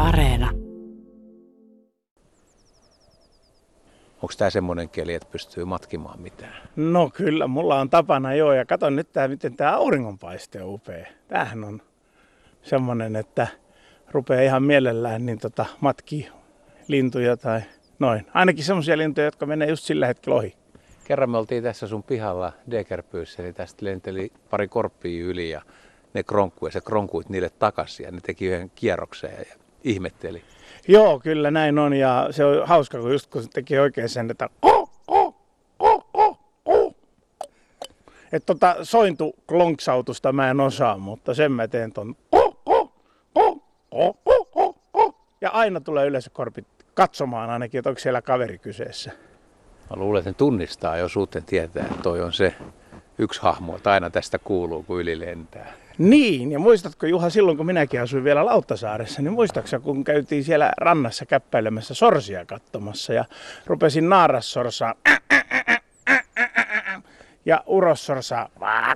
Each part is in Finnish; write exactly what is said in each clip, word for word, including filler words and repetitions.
Areena. Onko tämä semmoinen keli, että pystyy matkimaan mitään? No kyllä, mulla on tapana joo, ja katon nyt tää, miten tämä auringonpaiste on upea. Tämähän on semmoinen, että rupeaa ihan mielellään niin tota, matkii lintuja tai noin. Ainakin semmoisia lintuja, jotka menee just sillä hetkellä ohi. Kerran me oltiin tässä sun pihalla Degerpyyssä, niin tästä lenteli pari korppia yli ja ne kronkkui ja se kronkkuit niille takaisin ja ne teki yhden kierroksen ja ihmetteli. Joo, kyllä näin on, ja se on hauska, kun just kun se teki oikein sen, että että tota sointuklonkksautusta mä en osaa, mutta sen mä teen ton ja aina tulee yleisökorpit katsomaan ainakin, että onko siellä kaveri kyseessä. Mä luulen, että ne tunnistaa, jos uuten tietää, että toi on se yksi hahmo, että aina tästä kuuluu, kun yli lentää. Niin, ja muistatko Juha, silloin kun minäkin asuin vielä Lauttasaaressa, niin muistatko kun käytiin siellä rannassa käppäilemässä sorsia katsomassa ja rupesin naarassorsaa ja urossorsaa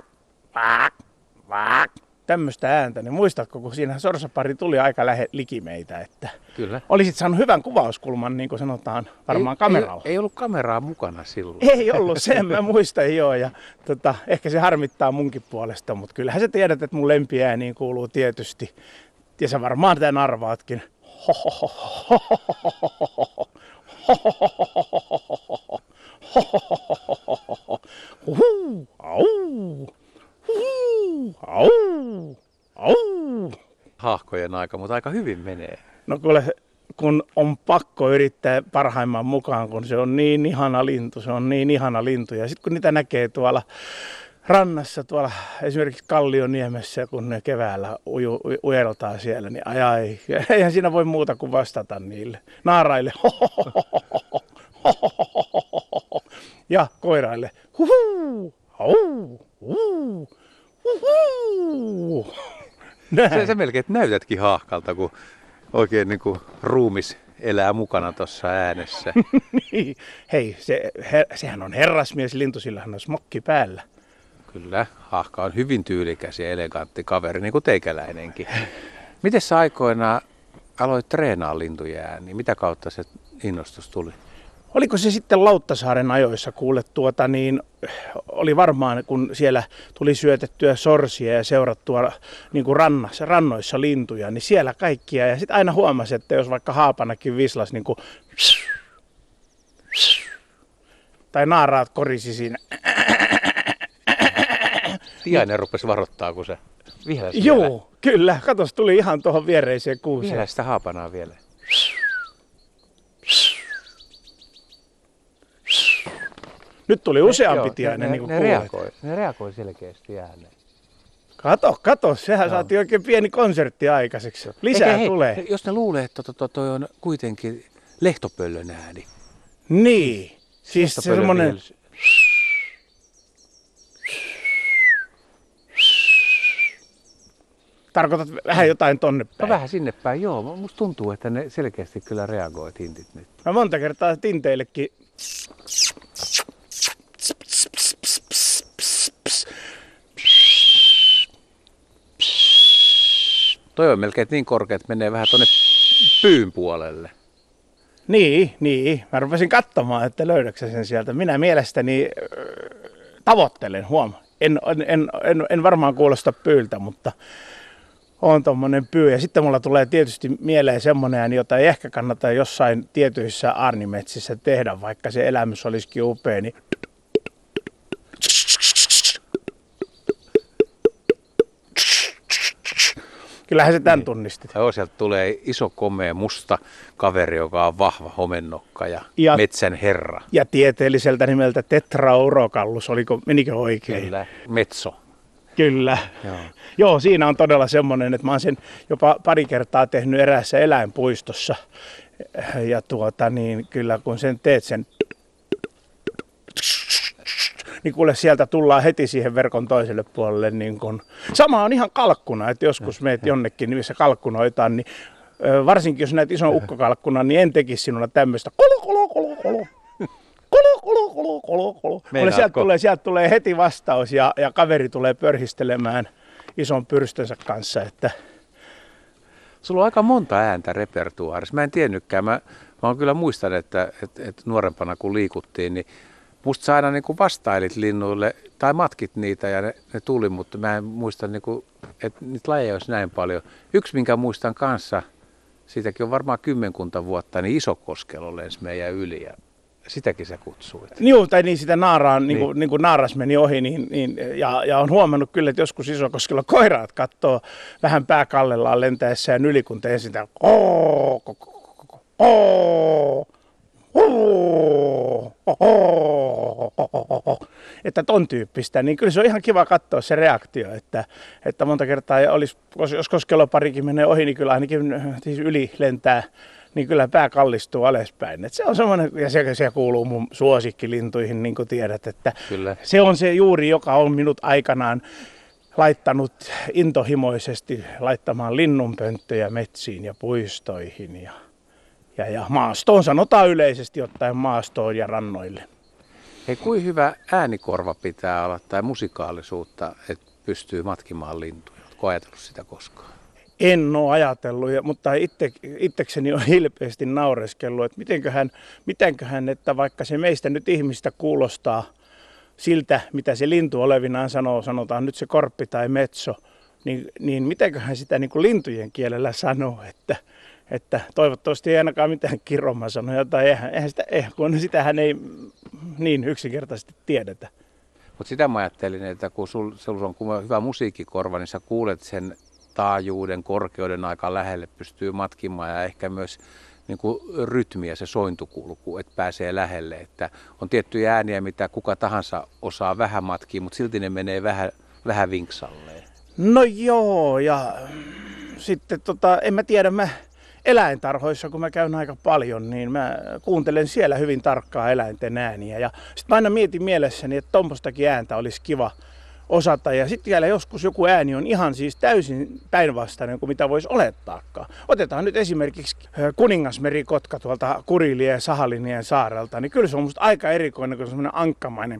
tämmöistä ääntä, niin muistatko, kun siinä sorsapari tuli aika lähe liki meitä, että Kyllä. Olisit saanut hyvän kuvauskulman, niin kuin sanotaan varmaan ei, kameralla. Ei, ei ollut kameraa mukana silloin. Ei ollut, sen mä muistan joo, ja tota, ehkä se harmittaa munkin puolesta, mutta kyllähän sä tiedät, että mun lempiääniin kuuluu tietysti, ja sä varmaan tämän arvaatkin. Haahkojen aika, mutta aika hyvin menee. No kuule, kun on pakko yrittää parhaimman mukaan, kun se on niin ihana lintu, se on niin ihana lintu. Ja sitten kun niitä näkee tuolla rannassa, tuolla esimerkiksi Kallioniemessä, kun ne keväällä uju, ujeltaa siellä, niin ai ai, eihän siinä voi muuta kuin vastata niille. Naaraille ja koiraille huhu, au, uu, huhu. Se, se melkein näytätkin haahkalta, kun oikein niin kuin ruumis elää mukana tuossa äänessä. Niin. Hei, se, he, sehän on herrasmieslintu, sillä hän on smokki päällä. Kyllä, haahka on hyvin tyylikäs ja elegantti kaveri, niin kuin teikäläinenkin. Miten sä aikoinaan aloit treenaa lintujen ääniä? Mitä kautta se innostus tuli? Oliko se sitten Lauttasaaren ajoissa, kuule, tuota, niin oli varmaan, kun siellä tuli syötettyä sorsia ja seurattua niin kuin rannassa, rannoissa lintuja, niin siellä kaikkia. Ja sitten aina huomasi, että jos vaikka haapanakin vislas, niin kuin, tai naaraat korisi siinä. Tiainen rupesi varoittaa, kun se vihläsi. Joo, kyllä. Katos, tuli ihan tuohon viereiseen kuuseen. Vihläsi sitä haapanaa vielä. Nyt tuli useampi tiainen. Ne, niin ne, reagoi, ne reagoi selkeästi ääneen. Kato, kato, sehän no. Saatiin oikein pieni konsertti aikaiseksi. Lisää Eikä, hei, tulee. Jos ne luulee, että to, to, toi on kuitenkin lehtopöllön ääni. Niin, siis se semmoinen. Vihels. Tarkoitat vähän jotain tonne päin? No vähän sinne päin, joo. Musta tuntuu, että ne selkeästi kyllä reagoi tintit nyt. Mä monta kertaa tinteillekin. Toi on melkein niin korkea, että menee vähän tonne pyyn puolelle. Niin, niin. Mä rupesin katsomaan, että löydäksä sen sieltä. Minä mielestäni äh, tavoittelen, huom. En, en, en, en, en varmaan kuulosta pyyltä, mutta on tommonen pyy. Ja sitten mulla tulee tietysti mieleen semmoinen, jota ei ehkä kannata jossain tietyissä aarnimetsissä tehdä, vaikka se elämys olisikin upea. Niin kyllähän se tämän tunnistit. Joo, sieltä tulee iso komea musta kaveri, joka on vahva homennokka ja, ja metsän herra. Ja tieteelliseltä nimeltä Tetraurocallus, oliko, menikö oikein? Kyllä, metso. Kyllä. Joo. Joo, siinä on todella semmoinen, että mä oon sen jopa pari kertaa tehnyt eräässä eläinpuistossa. Ja tuota niin, kyllä kun sen teet sen, niin kuule sieltä tullaan heti siihen verkon toiselle puolelle. Niin kun. Sama on ihan kalkkuna, että joskus meet jonnekin, missä kalkkunoitaan, niin varsinkin jos näet ison ukkokalkkunan, niin en tekisi sinulla tämmöistä kolo, kolo, kolo, kolo. Kolo, kolo, kolo, kolo, kolo. Sieltä tulee, sieltä tulee heti vastaus ja, ja kaveri tulee pörhistelemään ison pyrstönsä kanssa. Että Sulla on aika monta ääntä repertuaarissa. Mä en tiennytkään. Mä, mä oon kyllä muistan, että, että, että nuorempana kun liikuttiin, niin musta sä aina niin kuin vastailit linnuille tai matkit niitä ja ne, ne tuli, mutta mä en muista, niin kuin, että niitä lajeja olisi näin paljon. Yksi, minkä muistan kanssa, siitäkin on varmaan kymmenkunta vuotta, niin Isokoskelo lensi meidän yli ja sitäkin sä kutsuit. Joo, tai niin sitä naaraan, niin. Niin kuin, niin kuin naaras meni ohi, niin, niin, ja, ja on huomannut kyllä, että joskus Isokoskella koiraat katsoo vähän pääkallellaan lentäessään yli, kun tein sitä että ton tyyppistä, niin kyllä se on ihan kiva katsoa se reaktio, että, että monta kertaa olisi, jos Koskelo parikin menee ohi, niin kyllä ainakin siis yli lentää, niin kyllä pää kallistuu alaspäin. Et se on semmoinen, ja se, se kuuluu mun suosikkilintuihin, niin kuin tiedät, että kyllä. Se on se juuri, joka on minut aikanaan laittanut intohimoisesti laittamaan linnunpönttöjä metsiin ja puistoihin ja, ja, ja maastoon, sanotaan yleisesti ottaen maastoon ja rannoille. Hei, kuin hyvä äänikorva pitää olla tai musikaalisuutta, että pystyy matkimaan lintuja? Oletko ajatellut sitä koskaan? En ole ajatellut, mutta itse, itsekseni on hilpeästi naureskellut, että mitenköhän, mitenköhän, että vaikka se meistä nyt ihmistä kuulostaa siltä, mitä se lintu olevinaan sanoo, sanotaan nyt se korppi tai metso, niin, niin mitenköhän sitä niin kuin lintujen kielellä sanoo, että, että toivottavasti ei ainakaan mitään kirromasanoja, tai eihän, eihän sitä, eihän, kun sitähän ei niin yksinkertaisesti tiedetä. Mutta sitä mä ajattelin, että kun sulla on hyvä musiikkikorva, niin sä kuulet sen taajuuden, korkeuden aika lähelle, pystyy matkimaan ja ehkä myös niin kuin rytmiä, se sointukulku, että pääsee lähelle. Että on tiettyjä ääniä, mitä kuka tahansa osaa vähän matkia, mutta silti ne menee vähän, vähän vinksalleen. No joo, ja sitten tota, en mä tiedä, mä eläintarhoissa, kun mä käyn aika paljon, niin mä kuuntelen siellä hyvin tarkkaa eläinten ääniä. Ja sitten mä aina mietin mielessäni, että tommostakin ääntä olisi kiva osata. Ja sitten vielä joskus joku ääni on ihan siis täysin päinvastainen kuin mitä voisi olettaakaan. Otetaan nyt esimerkiksi kuningasmerikotka tuolta Kurilien ja Sahalinien saarelta. Niin kyllä se on musta aika erikoinen, kun se on semmoinen ankkamainen.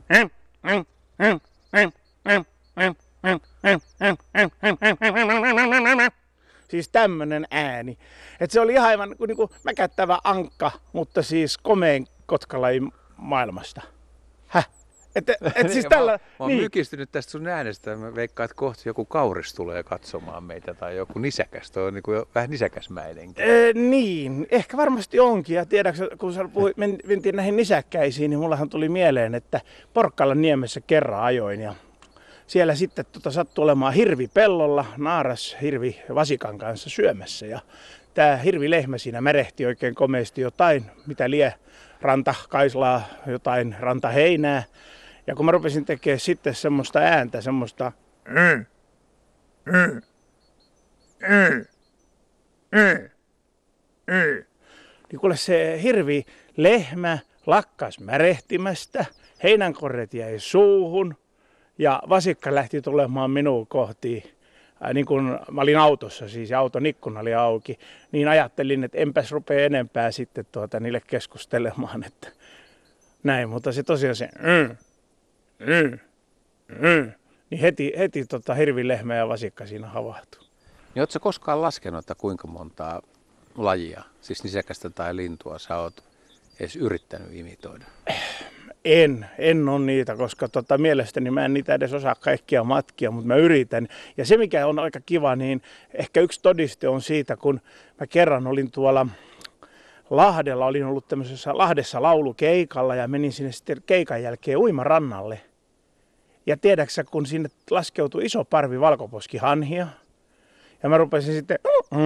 Siis tämmönen ääni. Että se oli ihan aivan niin kuin mäkättävä ankka, mutta siis komein kotkalajin maailmasta. Häh? Et, et siis tällä, mä, mä oon niin. mykistynyt tästä sun äänestä. Mä veikkaan, että kohta joku kauris tulee katsomaan meitä tai joku nisäkäs. Toi on niin kuin vähän nisäkäsmäinenkin. Ee, niin, ehkä varmasti onkin. Ja tiedätkö, kun sä puhuit, mentiin näihin nisäkkäisiin, niin mullahan tuli mieleen, että Porkkalan niemessä kerran ajoin. Ja siellä sitten tota, sattui olemaan hirvi pellolla, naaras hirvi vasikan kanssa syömässä. Ja tää hirvilehmä siinä märehti oikein komeasti jotain, mitä lie, rantakaislaa, jotain rantaheinää. Ja kun mä rupesin tekemään sitten semmoista ääntä, semmoista mm, mm, mm, mm, mm, niin kuule se hirvi lehmä lakkas märehtimästä, heinänkorret jäi suuhun ja vasikka lähti tulemaan minuun kohti. Ää, niin kun mä olin autossa siis ja auton ikkuna oli auki, niin ajattelin, että enpäs rupea enempää sitten tuota niille keskustelemaan, että näin, mutta se tosiaan se mm, Mm, mm. Niin heti, heti tota hirvilehmä ja vasikka siinä havahtuu. Niin ootko sä koskaan laskenut, että kuinka montaa lajia, siis nisäkästä tai lintua, sä oot edes yrittänyt imitoida? En, en ole niitä, koska tota, mielestäni mä en niitä edes osaa kaikkia matkia, mutta mä yritän. Ja se mikä on aika kiva, niin ehkä yksi todiste on siitä, kun mä kerran olin tuolla Lahdella, olin ollut tämmöisessä Lahdessa laulukeikalla ja menin sinne sitten keikan jälkeen uimarannalle. Ja tiedäksä, kun sinne laskeutui iso parvi valkoposkihanhia, ja mä rupesin sitten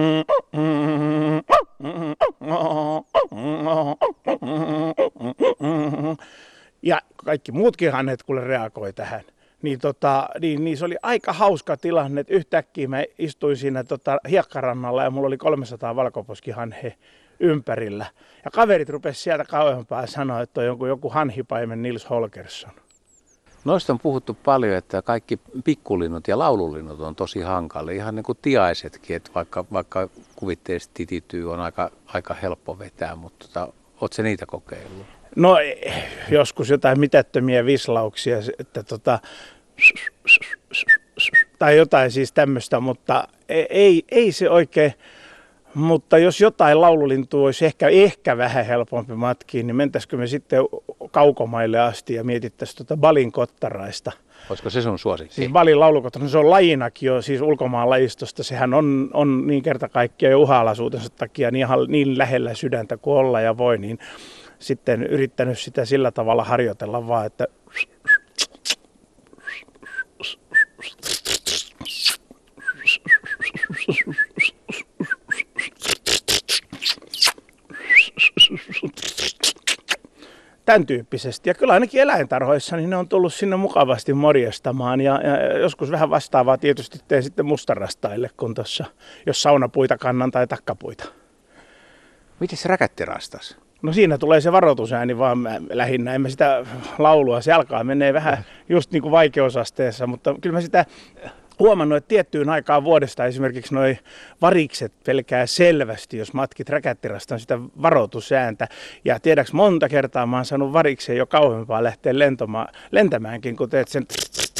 ja kaikki muutkin hanhet kuule reagoi tähän. Niin, tota, niin, niin se oli aika hauska tilanne, että yhtäkkiä mä istuin siinä tota, hiekkarannalla ja mulla oli kolmesataa valkoposkihanhea ympärillä. Ja kaverit rupesivat sieltä kauempaa ja sanoa, että on joku, joku hanhipaimen Nils Holgersson. Noista on puhuttu paljon, että kaikki pikkulinnut ja laululinnut on tosi hankalia, ihan niin kuin tiaisetkin, että vaikka, vaikka kuvitteellisesti titityy on aika, aika helppo vetää, mutta tota, ootko sä niitä kokeillut? No joskus jotain mitättömiä vislauksia, että tota, tai jotain siis tämmöistä, mutta ei, ei se oikein Mutta jos jotain laululintua olisi ehkä, ehkä vähän helpompi matkiin, niin mentäisikö me sitten kaukomaille asti ja mietittäisiin tuota Balin kottaraista. Olisiko se sun suosikki? Siis Balin laulukottara, se on lajinakin jo, siis ulkomaan lajistosta. Sehän on, on niin kerta kaikkiaan uhanalaisuutensa takia niin, niin lähellä sydäntä kuin olla ja voi, niin sitten yrittänyt sitä sillä tavalla harjoitella vaan, että tämän tyyppisesti. Ja kyllä ainakin eläintarhoissa niin ne on tullut sinne mukavasti morjestamaan. Ja, ja joskus vähän vastaavaa tietysti teen sitten mustarastaille, kun tuossa, jos saunapuita kannan tai takkapuita. Miten se räkättirastas? No siinä tulee se varoitusääni vaan lähinnä. En mä sitä laulua, se alkaa menee vähän just niin kuin vaikeusasteessa, mutta kyllä mä sitä huomannut, että tiettyyn aikaan vuodesta esimerkiksi noi varikset pelkää selvästi, jos matkit räkättirastan sitä varoitusääntä. Ja tiedäks, monta kertaa mä oon saanut varikseen jo kauempaa lähteä lentomaan, lentämäänkin, kun teet sen.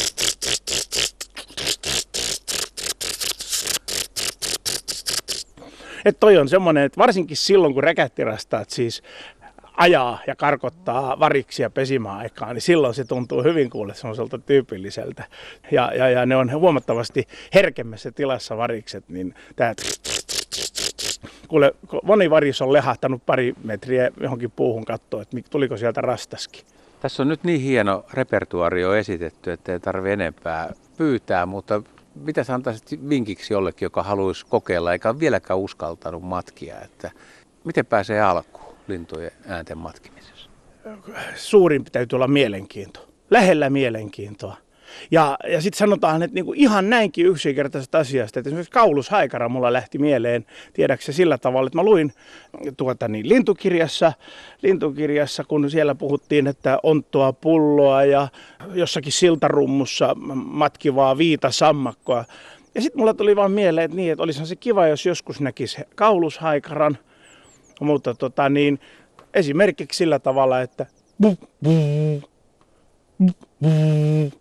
Että toi on semmoinen, että varsinkin silloin, kun räkättirastaat siis ajaa ja karkottaa variksia pesimäaikaan, niin silloin se tuntuu hyvin kuulle semmoiselta tyypilliseltä. Ja, ja, ja ne on huomattavasti herkemmässä tilassa varikset, niin tää kuule, moni varis on lehahtanut pari metriä johonkin puuhun katsoa, että tuliko sieltä rastaskin. Tässä on nyt niin hieno repertuaario esitetty, että ei tarvitse enempää pyytää, mutta mitä sä antaisit vinkiksi jollekin, joka haluaisi kokeilla eikä ole vieläkään uskaltanut matkia, että miten pääsee alkuun lintujen äänten matkimisessa? Suurin täytyy olla mielenkiinto, lähellä mielenkiintoa. Ja, ja sitten sanotaan, että niinku ihan näinkin yksinkertaisesta asiasta, että esimerkiksi kaulushaikara mulla lähti mieleen, tiedätkö sillä tavalla, että mä luin tuota niin, lintukirjassa, lintukirjassa, kun siellä puhuttiin, että onttoa pulloa ja jossakin siltarummussa matkivaa viitasammakkoa. Ja sitten mulla tuli vaan mieleen, että, niin, että olisihan se kiva, jos joskus näkisi kaulushaikaran, mutta tota niin, esimerkiksi sillä tavalla, että buh, buh, buh, buh.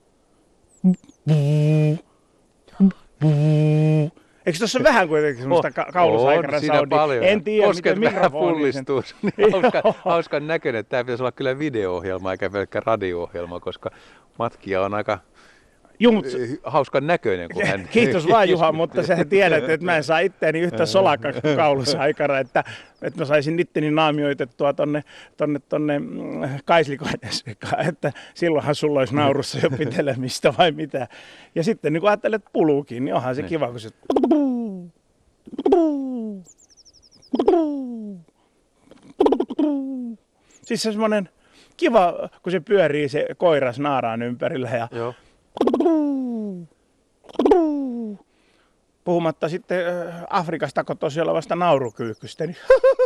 Eikö tuossa vähän kuitenkin semmoista oh, ka- kaulushaikaran soundia? En tiedä, Kosket miten mikrofoni pullistuu. Niin hauska, hauskan näköinen. Tämä pitäisi olla kyllä video-ohjelma eikä pelkkä radio-ohjelma, koska matkija on aika Juh, hauskan näköinen. Kun hän... Kiitos vaan Juha, mutta sä tiedät, että mä en saa itteeni yhtä solakka kuin kaulushaikara, että, että mä saisin itteni naamioitettua tonne, tonne, tonne Kaislikoiden sekaan, että silloinhan sulla olisi naurussa jo pitelemistä vai mitä. Ja sitten niin kun ajattelet puluukin, niin onhan se niin kiva, kun se... Siis se semmoinen kiva, kun se pyörii se koiras naaraan ympärillä ja... Joo. Puhumatta sitten Afrikasta kotoisin olevasta naurukyyhkystä. Niin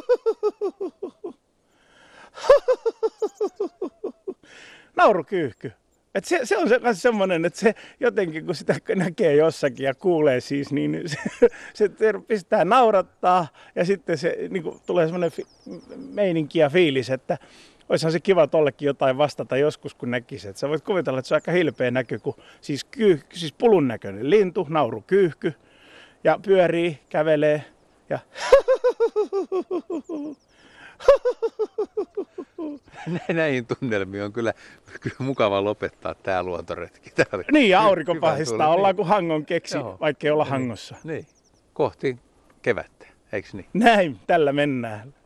naurukyyhky. Et se, se on se, semmoinen, että se jotenkin kun sitä näkee jossakin ja kuulee siis, niin se, se pistää naurattaa ja sitten se niin kuin, tulee semmoinen fi, meininki ja fiilis, että olisihan se kiva tollekin jotain vastata joskus, kun näkisi. Että sä voit kuvitella, että se on aika hilpeä näky, kun siis, kyy, siis pulun näköinen lintu, naurukyyhky, ja pyörii, kävelee, ja näihin tunnelmiin on kyllä, kyllä mukava lopettaa tämä luontoretki. Tää niin, ja aurinko pahistaa, ollaan kuin Hangon keksi, vaikkei olla Hangossa. Niin, kohti kevättä, eikö niin? Näin, tällä mennään.